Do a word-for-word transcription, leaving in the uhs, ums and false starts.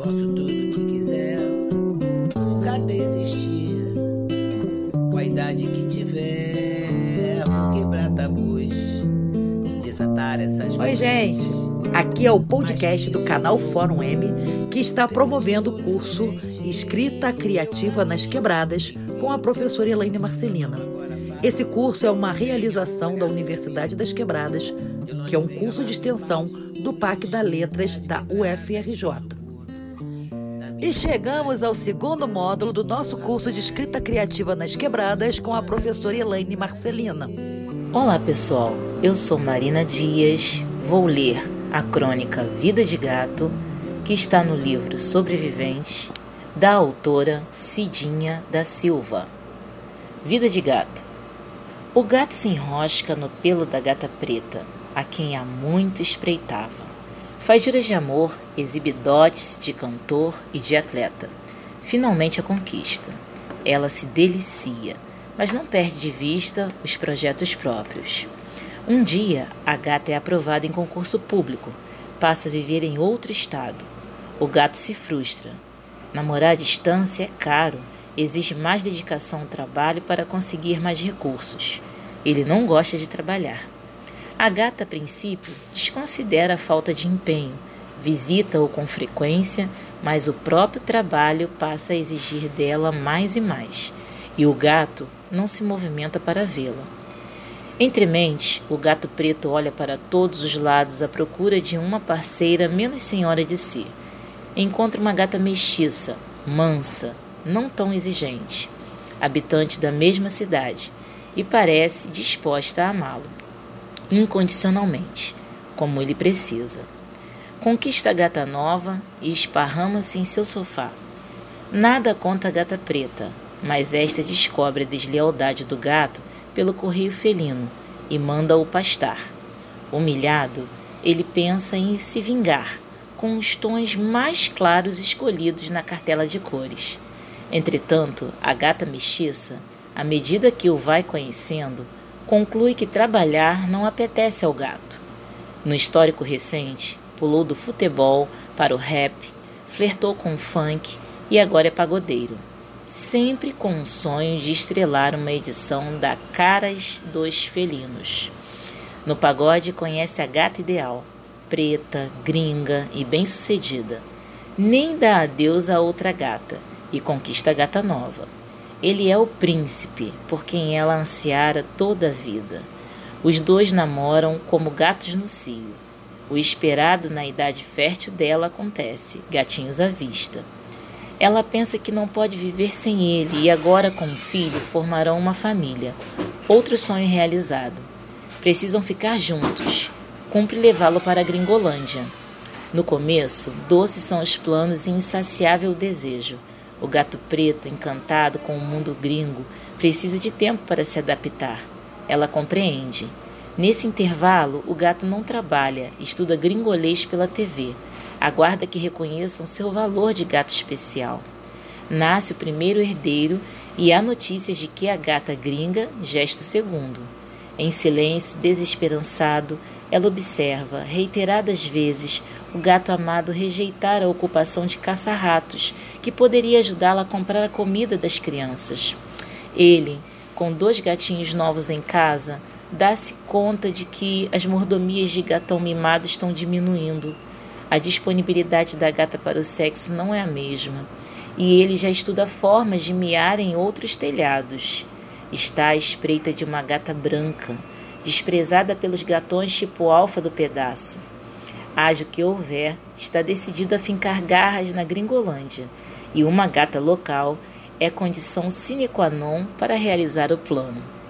posso tudo que quiser, nunca desistir, com a idade que tiver, vou quebrar tabus, desatar essas Oi, gente! Aqui é o podcast do canal Fórum M, que está promovendo o curso Escrita Criativa nas Quebradas com a professora Elaine Marcelina. Esse curso é uma realização da Universidade das Quebradas, que é um curso de extensão do P A C da Letras da U F R J. E chegamos ao segundo módulo do nosso curso de Escrita Criativa nas Quebradas com a professora Elaine Marcelina. Olá, pessoal. Eu sou Marina Dias. Vou ler a crônica Vida de Gato, que está no livro Sobrevivente, da autora Cidinha da Silva. Vida de Gato. O gato se enrosca no pelo da gata preta, a quem há muito espreitava. Faz juras de amor, exibe dotes de cantor e de atleta. Finalmente a conquista. Ela se delicia, mas não perde de vista os projetos próprios. Um dia, a gata é aprovada em concurso público, passa a viver em outro estado. O gato se frustra. Namorar à distância é caro, exige mais dedicação ao trabalho para conseguir mais recursos. Ele não gosta de trabalhar. A gata, a princípio, desconsidera a falta de empenho, visita-o com frequência, mas o próprio trabalho passa a exigir dela mais e mais, e o gato não se movimenta para vê-la. Entremente, o gato preto olha para todos os lados à procura de uma parceira menos senhora de si. Encontra uma gata mestiça, mansa, não tão exigente, habitante da mesma cidade, e parece disposta a amá-lo, incondicionalmente, como ele precisa. Conquista a gata nova e esparrama-se em seu sofá. Nada conta a gata preta, mas esta descobre a deslealdade do gato pelo correio felino e manda-o pastar. Humilhado, ele pensa em se vingar, com os tons mais claros escolhidos na cartela de cores. Entretanto, a gata mestiça, à medida que o vai conhecendo, conclui que trabalhar não apetece ao gato. No histórico recente, pulou do futebol para o rap, flertou com o funk e agora é pagodeiro, sempre com o sonho de estrelar uma edição da Caras dos Felinos. No pagode conhece a gata ideal, preta, gringa e bem-sucedida. Nem dá adeus a outra gata e conquista a gata nova. Ele é o príncipe por quem ela ansiara toda a vida. Os dois namoram como gatos no cio. O esperado na idade fértil dela acontece, gatinhos à vista. Ela pensa que não pode viver sem ele e agora, com o filho, formarão uma família. Outro sonho realizado. Precisam ficar juntos. Cumpre levá-lo para a Gringolândia. No começo, doces são os planos e insaciável o desejo. O gato preto, encantado com o mundo gringo, precisa de tempo para se adaptar. Ela compreende. Nesse intervalo, o gato não trabalha, estuda gringolês pela T V. Aguarda que reconheçam seu valor de gato especial. Nasce o primeiro herdeiro e há notícias de que a gata gringa gesta o segundo. Em silêncio, desesperançado, ela observa, reiteradas vezes, o gato amado rejeitar a ocupação de caça-ratos, que poderia ajudá-la a comprar a comida das crianças. Ele, com dois gatinhos novos em casa, dá-se conta de que as mordomias de gatão mimado estão diminuindo. A disponibilidade da gata para o sexo não é a mesma, e ele já estuda formas de miar em outros telhados. Está à espreita de uma gata branca, desprezada pelos gatões tipo alfa do pedaço. Haja o que houver, está decidido a fincar garras na Gringolândia, e uma gata local é condição sine qua non para realizar o plano.